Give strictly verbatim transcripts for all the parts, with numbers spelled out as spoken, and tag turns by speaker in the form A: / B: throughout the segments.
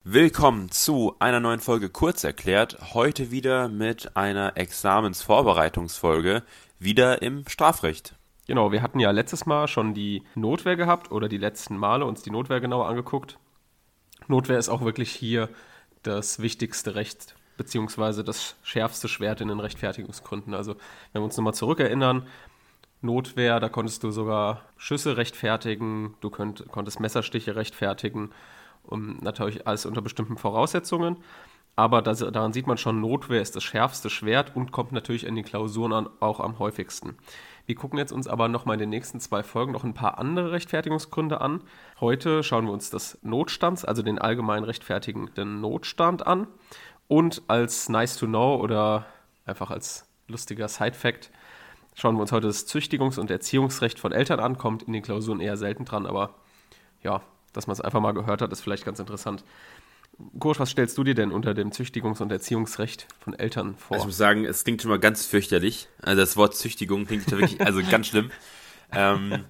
A: Willkommen zu einer neuen Folge Kurzerklärt. Heute wieder mit einer Examensvorbereitungsfolge, wieder im Strafrecht.
B: Genau, wir hatten ja letztes Mal schon die Notwehr gehabt oder die letzten Male uns die Notwehr genauer angeguckt. Notwehr ist auch wirklich hier das wichtigste Recht, beziehungsweise das schärfste Schwert in den Rechtfertigungsgründen. Also wenn wir uns nochmal zurückerinnern, Notwehr, da konntest du sogar Schüsse rechtfertigen, du könnt, konntest Messerstiche rechtfertigen, und natürlich alles unter bestimmten Voraussetzungen. Aber das, daran sieht man schon, Notwehr ist das schärfste Schwert und kommt natürlich in den Klausuren an, auch am häufigsten. Wir gucken jetzt uns aber nochmal in den nächsten zwei Folgen noch ein paar andere Rechtfertigungsgründe an. Heute schauen wir uns das Notstands, also den allgemein rechtfertigenden Notstand an. Und als nice to know oder einfach als lustiger Side-Fact schauen wir uns heute das Züchtigungs- und Erziehungsrecht von Eltern an. Kommt in den Klausuren eher selten dran, aber ja, dass man es einfach mal gehört hat, ist vielleicht ganz interessant. Kursch, was stellst du dir denn unter dem Züchtigungs- und Erziehungsrecht von Eltern vor?
A: Also ich muss sagen, es klingt schon mal ganz fürchterlich. Also das Wort Züchtigung klingt ja wirklich, also ganz schlimm. Ähm,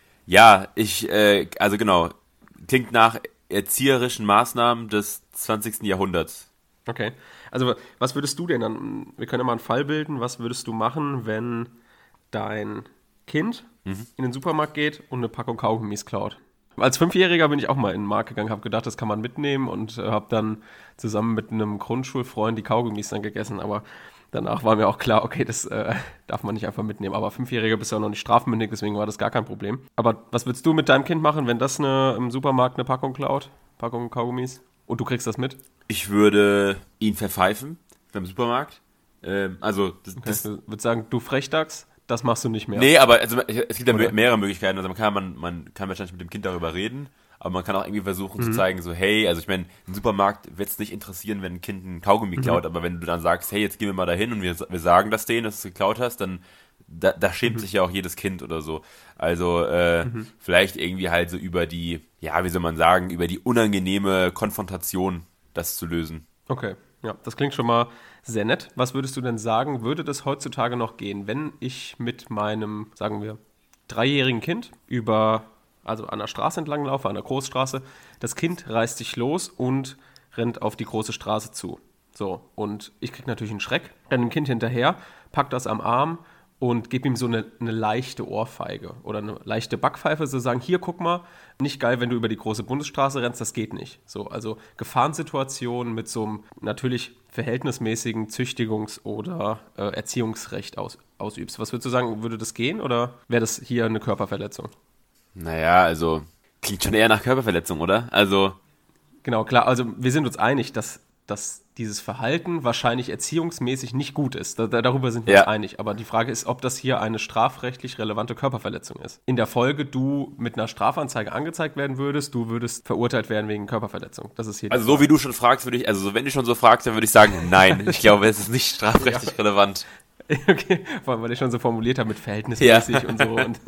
A: ja, ich, äh, also genau, klingt nach erzieherischen Maßnahmen des zwanzigsten Jahrhunderts.
B: Okay, also was würdest du denn dann, wir können ja mal einen Fall bilden, was würdest du machen, wenn dein Kind mhm. in den Supermarkt geht und eine Packung Kaugummis klaut? Als Fünfjähriger bin ich auch mal in den Markt gegangen, habe gedacht, das kann man mitnehmen und äh, habe dann zusammen mit einem Grundschulfreund die Kaugummis dann gegessen, aber danach war mir auch klar, okay, das äh, darf man nicht einfach mitnehmen, aber Fünfjähriger bist ja auch noch nicht strafmündig, deswegen war das gar kein Problem. Aber was würdest du mit deinem Kind machen, wenn das eine, im Supermarkt eine Packung klaut, Packung Kaugummis, und du kriegst das mit?
A: Ich würde ihn verpfeifen beim Supermarkt, ähm, also das,
B: okay,
A: das
B: ich würde sagen, du Frechdachs, das machst du nicht mehr.
A: Nee, aber also, es gibt ja
B: Oder?
A: mehrere Möglichkeiten. Also man kann, man, man kann wahrscheinlich mit dem Kind darüber reden, aber man kann auch irgendwie versuchen mhm. zu zeigen, so hey, also ich meine, im Supermarkt wird es nicht interessieren, wenn ein Kind ein Kaugummi mhm. klaut, aber wenn du dann sagst, hey, jetzt gehen wir mal dahin und wir, wir sagen das denen, dass du es geklaut hast, dann da, da schämt mhm. sich ja auch jedes Kind oder so. Also äh, mhm. vielleicht irgendwie halt so über die, ja, wie soll man sagen, über die unangenehme Konfrontation das zu lösen.
B: Okay. Ja, das klingt schon mal sehr nett. Was würdest du denn sagen, würde das heutzutage noch gehen, wenn ich mit meinem, sagen wir, dreijährigen Kind über, also an der Straße entlang laufe, an der Großstraße, das Kind reißt sich los und rennt auf die große Straße zu. So, und ich kriege natürlich einen Schreck, renne dem Kind hinterher, pack das am Arm und gebe ihm so eine, eine leichte Ohrfeige oder eine leichte Backpfeife, so sagen, hier, guck mal, nicht geil, wenn du über die große Bundesstraße rennst, das geht nicht. So, also Gefahrensituationen mit so einem natürlich verhältnismäßigen Züchtigungs- oder äh, Erziehungsrecht aus, ausübst. Was würdest du sagen, würde das gehen oder wäre das hier eine Körperverletzung?
A: Naja, also klingt schon eher nach Körperverletzung, oder? Also
B: genau, klar, also wir sind uns einig, dass dass dieses Verhalten wahrscheinlich erziehungsmäßig nicht gut ist. Da, darüber sind wir
A: ja.
B: uns einig. Aber die Frage ist, ob das hier eine strafrechtlich relevante Körperverletzung ist. In der Folge du mit einer Strafanzeige angezeigt werden würdest, du würdest verurteilt werden wegen Körperverletzung. Das ist hier.
A: Also so wie du schon fragst, würde ich, also so, wenn du schon so fragst, dann würde ich sagen, nein. Ich glaube, es ist nicht strafrechtlich ja. relevant.
B: Okay, vor allem, weil ich schon so formuliert habe mit verhältnismäßig ja. und so. Und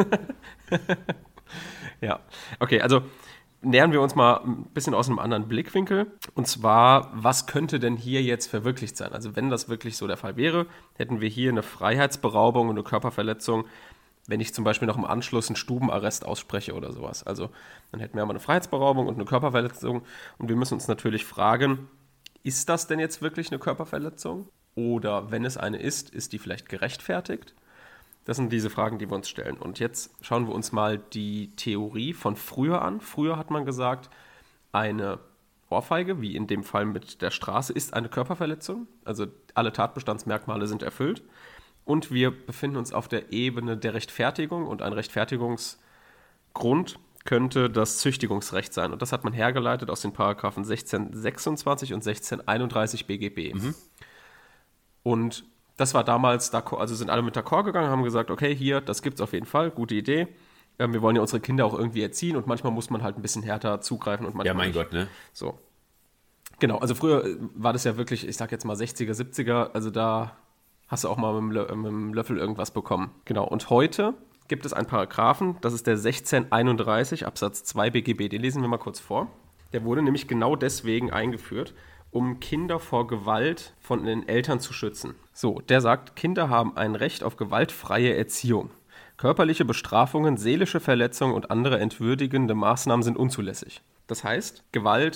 B: ja, okay, also nähern wir uns mal ein bisschen aus einem anderen Blickwinkel. Und zwar, was könnte denn hier jetzt verwirklicht sein? Also wenn das wirklich so der Fall wäre, hätten wir hier eine Freiheitsberaubung und eine Körperverletzung, wenn ich zum Beispiel noch im Anschluss einen Stubenarrest ausspreche oder sowas. Also dann hätten wir aber eine Freiheitsberaubung und eine Körperverletzung. Und wir müssen uns natürlich fragen, ist das denn jetzt wirklich eine Körperverletzung? Oder wenn es eine ist, ist die vielleicht gerechtfertigt? Das sind diese Fragen, die wir uns stellen. Und jetzt schauen wir uns mal die Theorie von früher an. Früher hat man gesagt, eine Ohrfeige, wie in dem Fall mit der Straße, ist eine Körperverletzung. Also alle Tatbestandsmerkmale sind erfüllt. Und wir befinden uns auf der Ebene der Rechtfertigung. Und ein Rechtfertigungsgrund könnte das Züchtigungsrecht sein. Und das hat man hergeleitet aus den Paragraphen sechzehn sechsundzwanzig und sechzehn einunddreißig B G B. Mhm. Und das war damals, also sind alle mit d'accord gegangen, haben gesagt, okay, hier, das gibt's auf jeden Fall, gute Idee. Wir wollen ja unsere Kinder auch irgendwie erziehen und manchmal muss man halt ein bisschen härter zugreifen und manchmal
A: Ja, mein
B: nicht.
A: Gott, ne?
B: So. Genau, also früher war das ja wirklich, ich sag jetzt mal sechziger, siebziger, also da hast du auch mal mit dem, mit dem Löffel irgendwas bekommen. Genau, und heute gibt es einen Paragraphen, das ist der sechzehn einunddreißig Absatz zwei B G B, den lesen wir mal kurz vor. Der wurde nämlich genau deswegen eingeführt, um Kinder vor Gewalt von den Eltern zu schützen. So, der sagt, Kinder haben ein Recht auf gewaltfreie Erziehung. Körperliche Bestrafungen, seelische Verletzungen und andere entwürdigende Maßnahmen sind unzulässig. Das heißt, Gewalt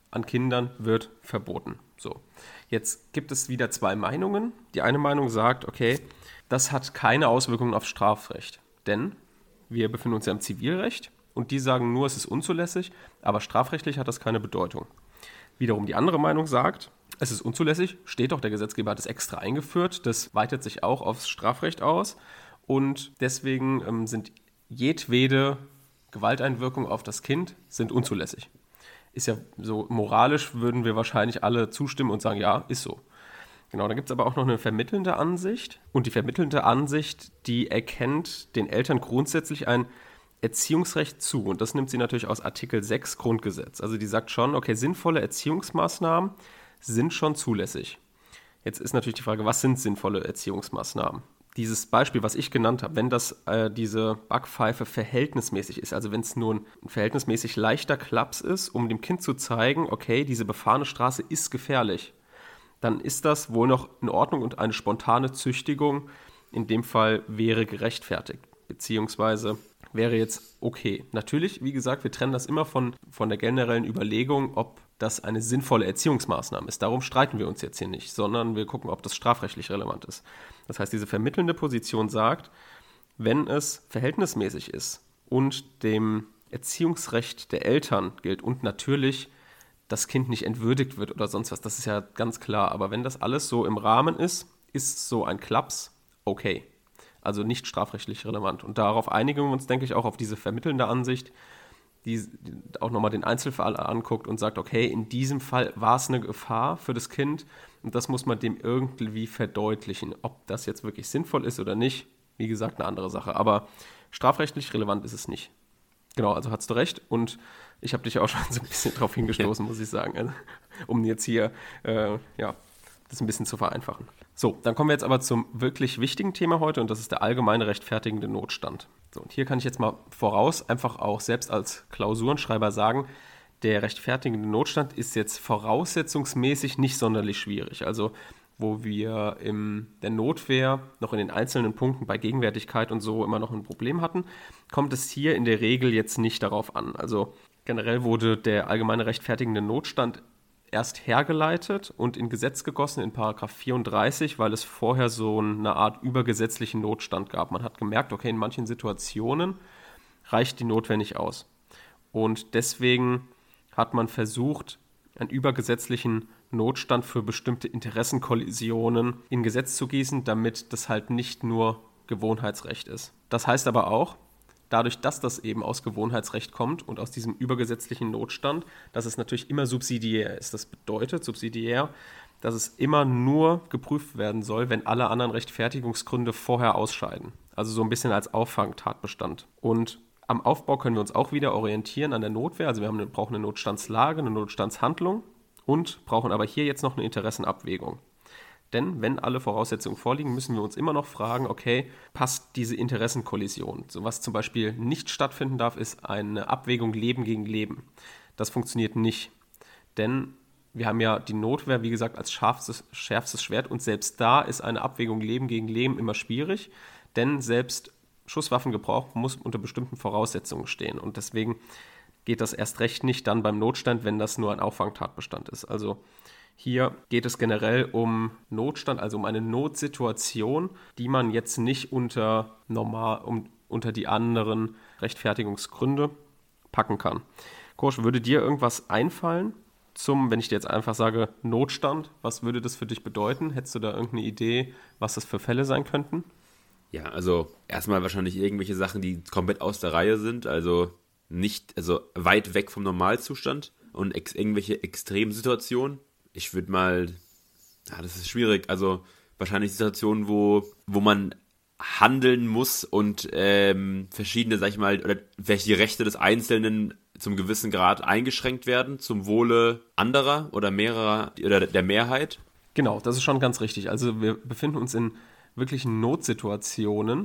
B: an Kindern wird verboten. So, jetzt gibt es wieder zwei Meinungen. Die eine Meinung sagt, okay, das hat keine Auswirkungen auf Strafrecht, denn wir befinden uns ja im Zivilrecht und die sagen nur, es ist unzulässig, aber strafrechtlich hat das keine Bedeutung. Wiederum die andere Meinung sagt, es ist unzulässig, steht doch, der Gesetzgeber hat es extra eingeführt, das weitet sich auch aufs Strafrecht aus und deswegen ähm, sind jedwede Gewalteinwirkungen auf das Kind sind unzulässig. Ist ja so, moralisch würden wir wahrscheinlich alle zustimmen und sagen, ja, ist so. Genau, da gibt es aber auch noch eine vermittelnde Ansicht. Und die vermittelnde Ansicht, die erkennt den Eltern grundsätzlich ein Erziehungsrecht zu. Und das nimmt sie natürlich aus Artikel sechs Grundgesetz. Also die sagt schon, okay, sinnvolle Erziehungsmaßnahmen sind schon zulässig. Jetzt ist natürlich die Frage, was sind sinnvolle Erziehungsmaßnahmen? Dieses Beispiel, was ich genannt habe, wenn das äh, diese Backpfeife verhältnismäßig ist, also wenn es nur ein verhältnismäßig leichter Klaps ist, um dem Kind zu zeigen, okay, diese befahrene Straße ist gefährlich, dann ist das wohl noch in Ordnung und eine spontane Züchtigung in dem Fall wäre gerechtfertigt, beziehungsweise wäre jetzt okay. Natürlich, wie gesagt, wir trennen das immer von, von der generellen Überlegung, ob das eine sinnvolle Erziehungsmaßnahme ist. Darum streiten wir uns jetzt hier nicht, sondern wir gucken, ob das strafrechtlich relevant ist. Das heißt, diese vermittelnde Position sagt, wenn es verhältnismäßig ist und dem Erziehungsrecht der Eltern gilt und natürlich das Kind nicht entwürdigt wird oder sonst was, das ist ja ganz klar. Aber wenn das alles so im Rahmen ist, ist so ein Klaps okay. Also nicht strafrechtlich relevant. Und darauf einigen wir uns, denke ich, auch auf diese vermittelnde Ansicht, die auch nochmal den Einzelfall anguckt und sagt, okay, in diesem Fall war es eine Gefahr für das Kind und das muss man dem irgendwie verdeutlichen. Ob das jetzt wirklich sinnvoll ist oder nicht, wie gesagt, eine andere Sache. Aber strafrechtlich relevant ist es nicht. Genau, also hast du recht und ich habe dich auch schon so ein bisschen drauf hingestoßen, muss ich sagen, also, um jetzt hier äh, ja, das ein bisschen zu vereinfachen. So, dann kommen wir jetzt aber zum wirklich wichtigen Thema heute und das ist der allgemeine rechtfertigende Notstand. So, und hier kann ich jetzt mal voraus einfach auch selbst als Klausurenschreiber sagen, der rechtfertigende Notstand ist jetzt voraussetzungsmäßig nicht sonderlich schwierig. Also wo wir in der Notwehr noch in den einzelnen Punkten bei Gegenwärtigkeit und so immer noch ein Problem hatten, kommt es hier in der Regel jetzt nicht darauf an. Also generell wurde der allgemeine rechtfertigende Notstand erst hergeleitet und in Gesetz gegossen in Paragraph vierunddreißig, weil es vorher so eine Art übergesetzlichen Notstand gab. Man hat gemerkt, okay, in manchen Situationen reicht die Notwehr nicht aus. Und deswegen hat man versucht, einen übergesetzlichen Notstand für bestimmte Interessenkollisionen in Gesetz zu gießen, damit das halt nicht nur Gewohnheitsrecht ist. Das heißt aber auch, dadurch, dass das eben aus Gewohnheitsrecht kommt und aus diesem übergesetzlichen Notstand, dass es natürlich immer subsidiär ist. Das bedeutet subsidiär, dass es immer nur geprüft werden soll, wenn alle anderen Rechtfertigungsgründe vorher ausscheiden. Also so ein bisschen als Auffangtatbestand. Und am Aufbau können wir uns auch wieder orientieren an der Notwehr. Also wir haben eine, brauchen eine Notstandslage, eine Notstandshandlung und brauchen aber hier jetzt noch eine Interessenabwägung. Denn wenn alle Voraussetzungen vorliegen, müssen wir uns immer noch fragen, okay, passt diese Interessenkollision? So was zum Beispiel nicht stattfinden darf, ist eine Abwägung Leben gegen Leben. Das funktioniert nicht, denn wir haben ja die Notwehr, wie gesagt, als schärfstes, schärfstes Schwert und selbst da ist eine Abwägung Leben gegen Leben immer schwierig, denn selbst Schusswaffengebrauch muss unter bestimmten Voraussetzungen stehen und deswegen geht das erst recht nicht dann beim Notstand, wenn das nur ein Auffangtatbestand ist. Also hier geht es generell um Notstand, also um eine Notsituation, die man jetzt nicht unter, normal, um, unter die anderen Rechtfertigungsgründe packen kann. Korsch, würde dir irgendwas einfallen zum, wenn ich dir jetzt einfach sage Notstand, was würde das für dich bedeuten? Hättest du da irgendeine Idee, was das für Fälle sein könnten?
A: Ja, also erstmal wahrscheinlich irgendwelche Sachen, die komplett aus der Reihe sind, also nicht, also weit weg vom Normalzustand und ex- irgendwelche Extremsituationen. Ich würde mal, ja, das ist schwierig, also wahrscheinlich Situationen, wo, wo man handeln muss und ähm, verschiedene, sag ich mal, oder welche Rechte des Einzelnen zum gewissen Grad eingeschränkt werden, zum Wohle anderer oder mehrerer, oder der Mehrheit.
B: Genau, das ist schon ganz richtig. Also wir befinden uns in wirklichen Notsituationen,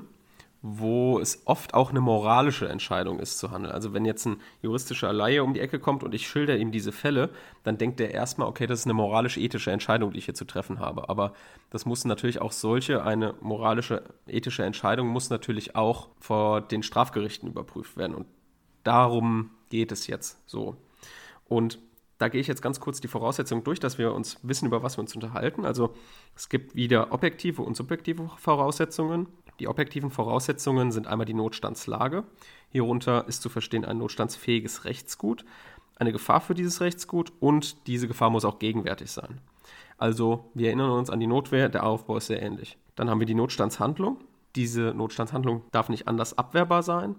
B: wo es oft auch eine moralische Entscheidung ist zu handeln. Also wenn jetzt ein juristischer Laie um die Ecke kommt und ich schilder ihm diese Fälle, dann denkt er erstmal, okay, das ist eine moralisch-ethische Entscheidung, die ich hier zu treffen habe. Aber das muss natürlich auch solche, eine moralische, ethische Entscheidung muss natürlich auch vor den Strafgerichten überprüft werden. Und darum geht es jetzt so. Und Da gehe ich jetzt ganz kurz die Voraussetzungen durch, dass wir uns wissen, über was wir uns unterhalten. Also es gibt wieder objektive und subjektive Voraussetzungen. Die objektiven Voraussetzungen sind einmal die Notstandslage. Hierunter ist zu verstehen ein notstandsfähiges Rechtsgut, eine Gefahr für dieses Rechtsgut und diese Gefahr muss auch gegenwärtig sein. Also wir erinnern uns an die Notwehr, der Aufbau ist sehr ähnlich. Dann haben wir die Notstandshandlung. Diese Notstandshandlung darf nicht anders abwehrbar sein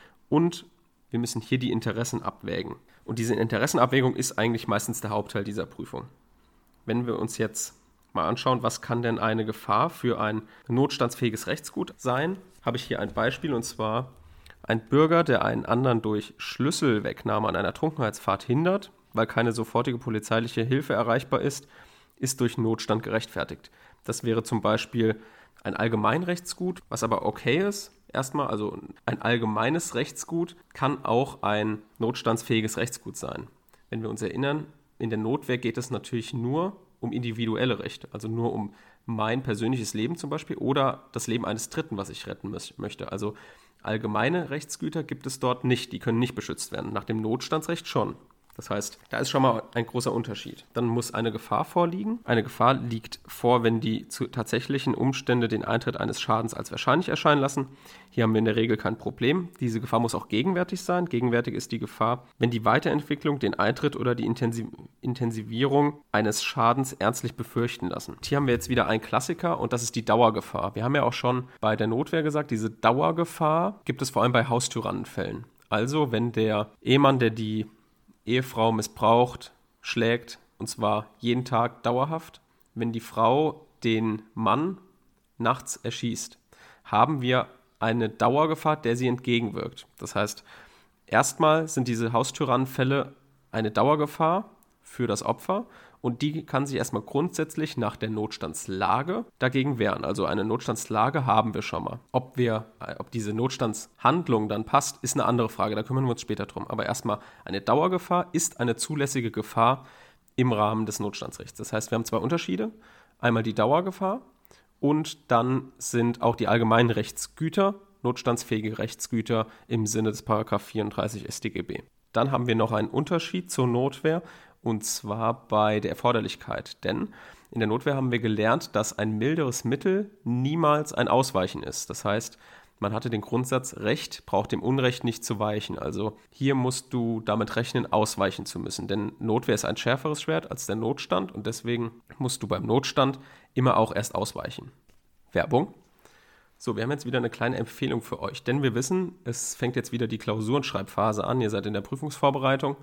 B: und wir müssen hier die Interessen abwägen. Und diese Interessenabwägung ist eigentlich meistens der Hauptteil dieser Prüfung. Wenn wir uns jetzt mal anschauen, was kann denn eine Gefahr für ein notstandsfähiges Rechtsgut sein, habe ich hier ein Beispiel, und zwar ein Bürger, der einen anderen durch Schlüsselwegnahme an einer Trunkenheitsfahrt hindert, weil keine sofortige polizeiliche Hilfe erreichbar ist, ist durch Notstand gerechtfertigt. Das wäre zum Beispiel ein Allgemeinrechtsgut, was aber okay ist. Erstmal, also ein allgemeines Rechtsgut kann auch ein notstandsfähiges Rechtsgut sein. Wenn wir uns erinnern, in der Notwehr geht es natürlich nur um individuelle Rechte, also nur um mein persönliches Leben zum Beispiel oder das Leben eines Dritten, was ich retten möchte. Also allgemeine Rechtsgüter gibt es dort nicht, die können nicht beschützt werden, nach dem Notstandsrecht schon. Das heißt, da ist schon mal ein großer Unterschied. Dann muss eine Gefahr vorliegen. Eine Gefahr liegt vor, wenn die zu tatsächlichen Umstände den Eintritt eines Schadens als wahrscheinlich erscheinen lassen. Hier haben wir in der Regel kein Problem. Diese Gefahr muss auch gegenwärtig sein. Gegenwärtig ist die Gefahr, wenn die Weiterentwicklung den Eintritt oder die Intensiv- Intensivierung eines Schadens ernstlich befürchten lassen. Hier haben wir jetzt wieder einen Klassiker und das ist die Dauergefahr. Wir haben ja auch schon bei der Notwehr gesagt, diese Dauergefahr gibt es vor allem bei Haustyrannenfällen. Also wenn der Ehemann, der die Ehefrau missbraucht, schlägt, und zwar jeden Tag dauerhaft. Wenn die Frau den Mann nachts erschießt, haben wir eine Dauergefahr, der sie entgegenwirkt. Das heißt, erstmal sind diese Haustyrannenfälle eine Dauergefahr für das Opfer und die kann sich erstmal grundsätzlich nach der Notstandslage dagegen wehren. Also eine Notstandslage haben wir schon mal. Ob wir, ob diese Notstandshandlung dann passt, ist eine andere Frage, da kümmern wir uns später drum. Aber erstmal, eine Dauergefahr ist eine zulässige Gefahr im Rahmen des Notstandsrechts. Das heißt, wir haben zwei Unterschiede. Einmal die Dauergefahr und dann sind auch die allgemeinen Rechtsgüter, notstandsfähige Rechtsgüter im Sinne des Paragraph vierunddreißig S t G B. Dann haben wir noch einen Unterschied zur Notwehr, und zwar bei der Erforderlichkeit. Denn in der Notwehr haben wir gelernt, dass ein milderes Mittel niemals ein Ausweichen ist. Das heißt, man hatte den Grundsatz, Recht braucht dem Unrecht nicht zu weichen. Also hier musst du damit rechnen, ausweichen zu müssen. Denn Notwehr ist ein schärferes Schwert als der Notstand und deswegen musst du beim Notstand immer auch erst ausweichen. Werbung. So, wir haben jetzt wieder eine kleine Empfehlung für euch, denn wir wissen, es fängt jetzt wieder die Klausurenschreibphase an. Ihr seid in der Prüfungsvorbereitung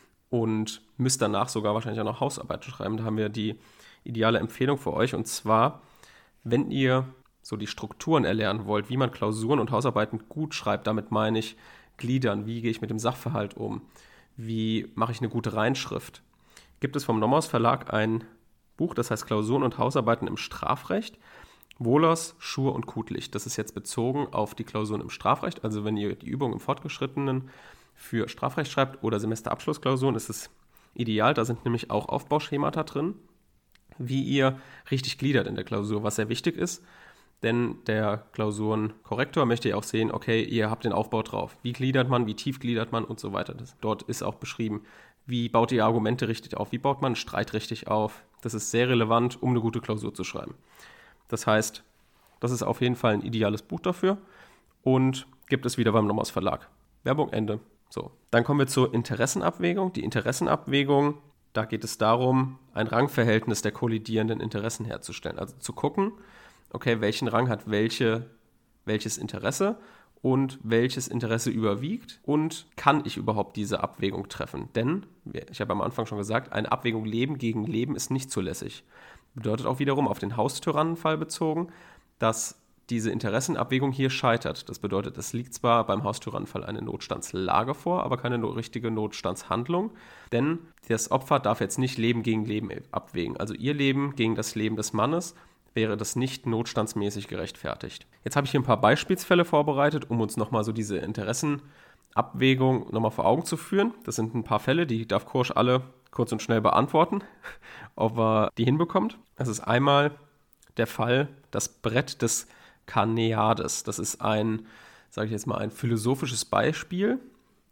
B: und müsst danach sogar wahrscheinlich auch noch Hausarbeit schreiben. Da haben wir die ideale Empfehlung für euch. Und zwar, wenn ihr so die Strukturen erlernen wollt, wie man Klausuren und Hausarbeiten gut schreibt, damit meine ich gliedern, wie gehe ich mit dem Sachverhalt um, wie mache ich eine gute Reinschrift, gibt es vom Nomos Verlag ein Buch, das heißt Klausuren und Hausarbeiten im Strafrecht. Wohlers, Schur und Kutlich. Das ist jetzt bezogen auf die Klausuren im Strafrecht. Also wenn ihr die Übung im Fortgeschrittenen für Strafrecht schreibt oder Semesterabschlussklausuren, ist es ideal. Da sind nämlich auch Aufbauschemata drin, wie ihr richtig gliedert in der Klausur, was sehr wichtig ist. Denn der Klausurenkorrektor möchte ja auch sehen, okay, ihr habt den Aufbau drauf. Wie gliedert man, wie tief gliedert man und so weiter. Das, dort ist auch beschrieben, wie baut ihr Argumente richtig auf, wie baut man einen Streit richtig auf. Das ist sehr relevant, um eine gute Klausur zu schreiben. Das heißt, das ist auf jeden Fall ein ideales Buch dafür und gibt es wieder beim Nomos Verlag. Werbung Ende. So, dann kommen wir zur Interessenabwägung. Die Interessenabwägung, da geht es darum, ein Rangverhältnis der kollidierenden Interessen herzustellen. Also zu gucken, okay, welchen Rang hat welche, welches Interesse und welches Interesse überwiegt und kann ich überhaupt diese Abwägung treffen? Denn, ich habe am Anfang schon gesagt, eine Abwägung Leben gegen Leben ist nicht zulässig. Bedeutet auch wiederum auf den Haustyrannenfall bezogen, dass diese Interessenabwägung hier scheitert. Das bedeutet, es liegt zwar beim Haustyrannenfall eine Notstandslage vor, aber keine no- richtige Notstandshandlung, denn das Opfer darf jetzt nicht Leben gegen Leben abwägen. Also ihr Leben gegen das Leben des Mannes wäre das nicht notstandsmäßig gerechtfertigt. Jetzt habe ich hier ein paar Beispielsfälle vorbereitet, um uns nochmal so diese Interessenabwägung nochmal vor Augen zu führen. Das sind ein paar Fälle, die darf Kursch alle kurz und schnell beantworten, ob er die hinbekommt. Das ist einmal der Fall, das Brett des Karneades. Das ist ein, sage ich jetzt mal, ein philosophisches Beispiel,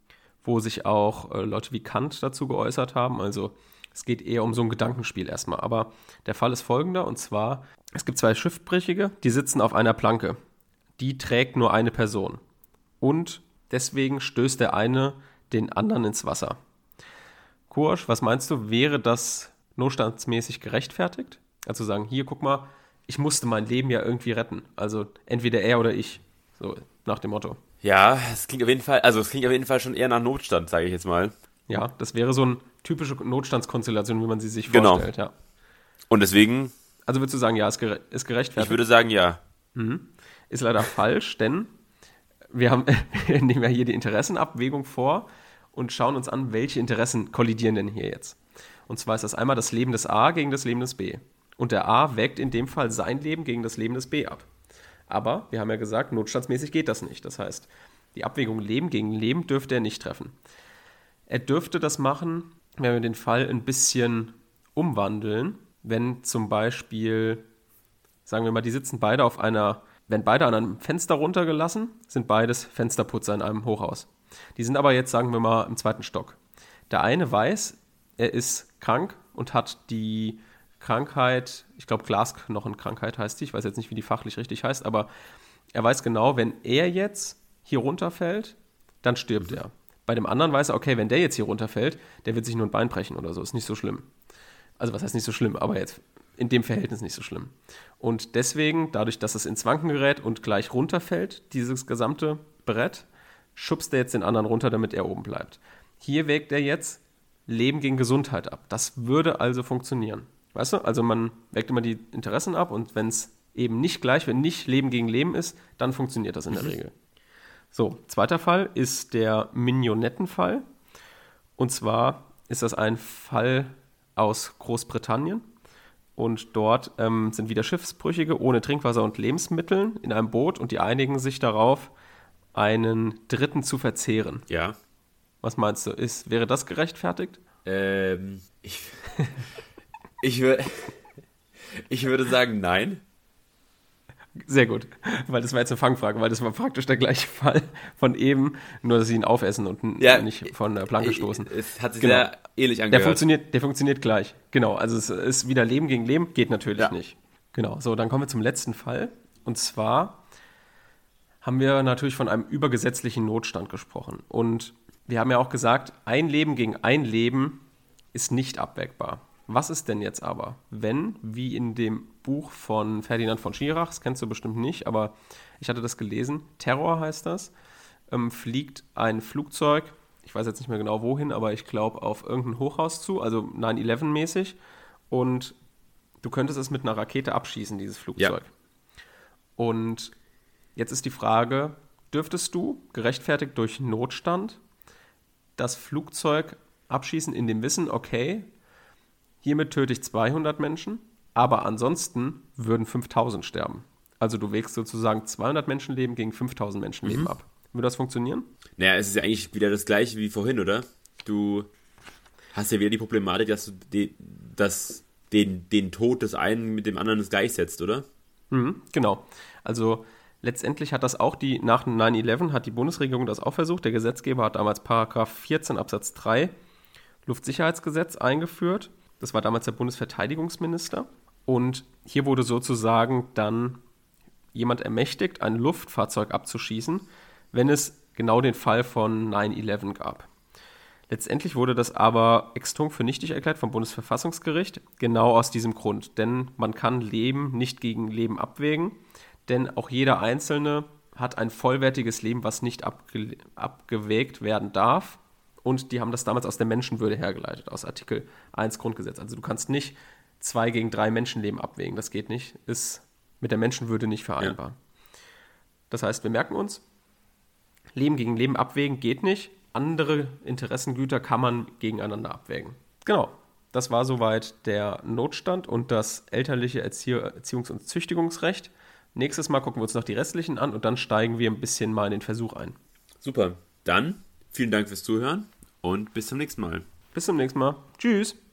B: wo sich auch äh, Leute wie Kant dazu geäußert haben. Also es geht eher um so ein Gedankenspiel erstmal. Aber der Fall ist folgender, und zwar, es gibt zwei Schiffbrüchige, die sitzen auf einer Planke. Die trägt nur eine Person. Und deswegen stößt der eine den anderen ins Wasser. Kursch, was meinst du, wäre das notstandsmäßig gerechtfertigt? Also sagen, hier, guck mal, ich musste mein Leben ja irgendwie retten. Also entweder er oder ich, so nach dem Motto.
A: Ja, es klingt auf jeden Fall, also es klingt auf jeden Fall schon eher nach Notstand, sage ich jetzt mal.
B: Ja, das wäre so eine typische Notstandskonstellation, wie man sie sich
A: Genau.
B: vorstellt. Ja.
A: Und deswegen,
B: Also würdest du sagen, ja, ist, gere- ist gerechtfertigt?
A: ich würde sagen, ja.
B: Ist leider falsch, denn wir, haben, wir nehmen ja hier die Interessenabwägung vor und schauen uns an, welche Interessen kollidieren denn hier jetzt. Und zwar ist das einmal das Leben des A gegen das Leben des B. Und der A wägt in dem Fall sein Leben gegen das Leben des B ab. Aber wir haben ja gesagt, notstandsmäßig geht das nicht. Das heißt, die Abwägung Leben gegen Leben dürfte er nicht treffen. Er dürfte das machen, wenn wir den Fall ein bisschen umwandeln, wenn zum Beispiel, sagen wir mal, die sitzen beide auf einer, werden beide an einem Fenster runtergelassen, sind beides Fensterputzer in einem Hochhaus. Die sind aber jetzt, sagen wir mal, im zweiten Stock. Der eine weiß, er ist krank und hat die Krankheit, ich glaube Glasknochenkrankheit heißt die, ich weiß jetzt nicht, wie die fachlich richtig heißt, aber er weiß genau, wenn er jetzt hier runterfällt, dann stirbt er. Bei dem anderen weiß er, okay, wenn der jetzt hier runterfällt, der wird sich nur ein Bein brechen oder so, ist nicht so schlimm. Also was heißt nicht so schlimm, aber jetzt in dem Verhältnis nicht so schlimm. Und deswegen, dadurch, dass es ins Wanken gerät und gleich runterfällt, dieses gesamte Brett, schubst er jetzt den anderen runter, damit er oben bleibt. Hier wägt er jetzt Leben gegen Gesundheit ab. Das würde also funktionieren. Weißt du, also man wägt immer die Interessen ab und wenn es eben nicht gleich, wenn nicht Leben gegen Leben ist, dann funktioniert das in der
A: Mhm.
B: Regel. So, zweiter Fall ist der Mignonettenfall. Und zwar ist das ein Fall aus Großbritannien. Und dort ähm, sind wieder Schiffsbrüchige ohne Trinkwasser und Lebensmitteln in einem Boot und die einigen sich darauf, einen Dritten zu verzehren.
A: Ja.
B: Was meinst du, ist, wäre das gerechtfertigt?
A: Ähm, ich, ich, wür, ich würde sagen, nein.
B: Sehr gut, weil das war jetzt eine Fangfrage, weil das war praktisch der gleiche Fall von eben, nur dass sie ihn aufessen und
A: Ja,
B: nicht von der Planke stoßen.
A: Es hat sich
B: Genau.
A: sehr ähnlich
B: Der
A: angehört.
B: funktioniert, der funktioniert gleich. Genau, also es ist wieder Leben gegen Leben, geht natürlich
A: Ja.
B: nicht. Genau, so, dann kommen wir zum letzten Fall. Und zwar haben wir natürlich von einem übergesetzlichen Notstand gesprochen. Und wir haben ja auch gesagt, ein Leben gegen ein Leben ist nicht abwägbar. Was ist denn jetzt aber, wenn, wie in dem Buch von Ferdinand von Schirach, das kennst du bestimmt nicht, aber ich hatte das gelesen, Terror heißt das, ähm, fliegt ein Flugzeug, ich weiß jetzt nicht mehr genau wohin, aber ich glaube auf irgendein Hochhaus zu, also nine eleven mäßig, und du könntest es mit einer Rakete abschießen, dieses Flugzeug.
A: Ja.
B: Und jetzt ist die Frage, dürftest du, gerechtfertigt durch Notstand, das Flugzeug abschießen in dem Wissen, okay, hiermit töte ich zweihundert Menschen, aber ansonsten würden fünftausend sterben. Also du wägst sozusagen zweihundert Menschenleben gegen fünftausend Menschenleben
A: Mhm.
B: ab. Würde das funktionieren?
A: Naja, es ist ja eigentlich wieder das gleiche wie vorhin, oder? Du hast ja wieder die Problematik, dass du de, dass den, den Tod des einen mit dem anderen gleichsetzt, oder?
B: Mhm, genau. Also letztendlich hat das auch die, nach nine eleven hat die Bundesregierung das auch versucht. Der Gesetzgeber hat damals Paragraph vierzehn Absatz drei Luftsicherheitsgesetz eingeführt. Das war damals der Bundesverteidigungsminister. Und hier wurde sozusagen dann jemand ermächtigt, ein Luftfahrzeug abzuschießen, wenn es genau den Fall von nine eleven gab. Letztendlich wurde das aber extunc für nichtig erklärt vom Bundesverfassungsgericht, genau aus diesem Grund. Denn man kann Leben nicht gegen Leben abwägen, denn auch jeder Einzelne hat ein vollwertiges Leben, was nicht abge- abgewägt werden darf. Und die haben das damals aus der Menschenwürde hergeleitet, aus Artikel eins Grundgesetz. Also du kannst nicht zwei gegen drei Menschenleben abwägen, das geht nicht, ist mit der Menschenwürde nicht vereinbar. Ja. Das heißt, wir merken uns, Leben gegen Leben abwägen geht nicht, andere Interessengüter kann man gegeneinander abwägen. Genau, das war soweit der Notstand und das elterliche Erzie- Erziehungs- und Züchtigungsrecht. Nächstes Mal gucken wir uns noch die restlichen an und dann steigen wir ein bisschen mal in den Versuch ein.
A: Super, dann vielen Dank fürs Zuhören und bis zum nächsten Mal.
B: Bis zum nächsten Mal. Tschüss.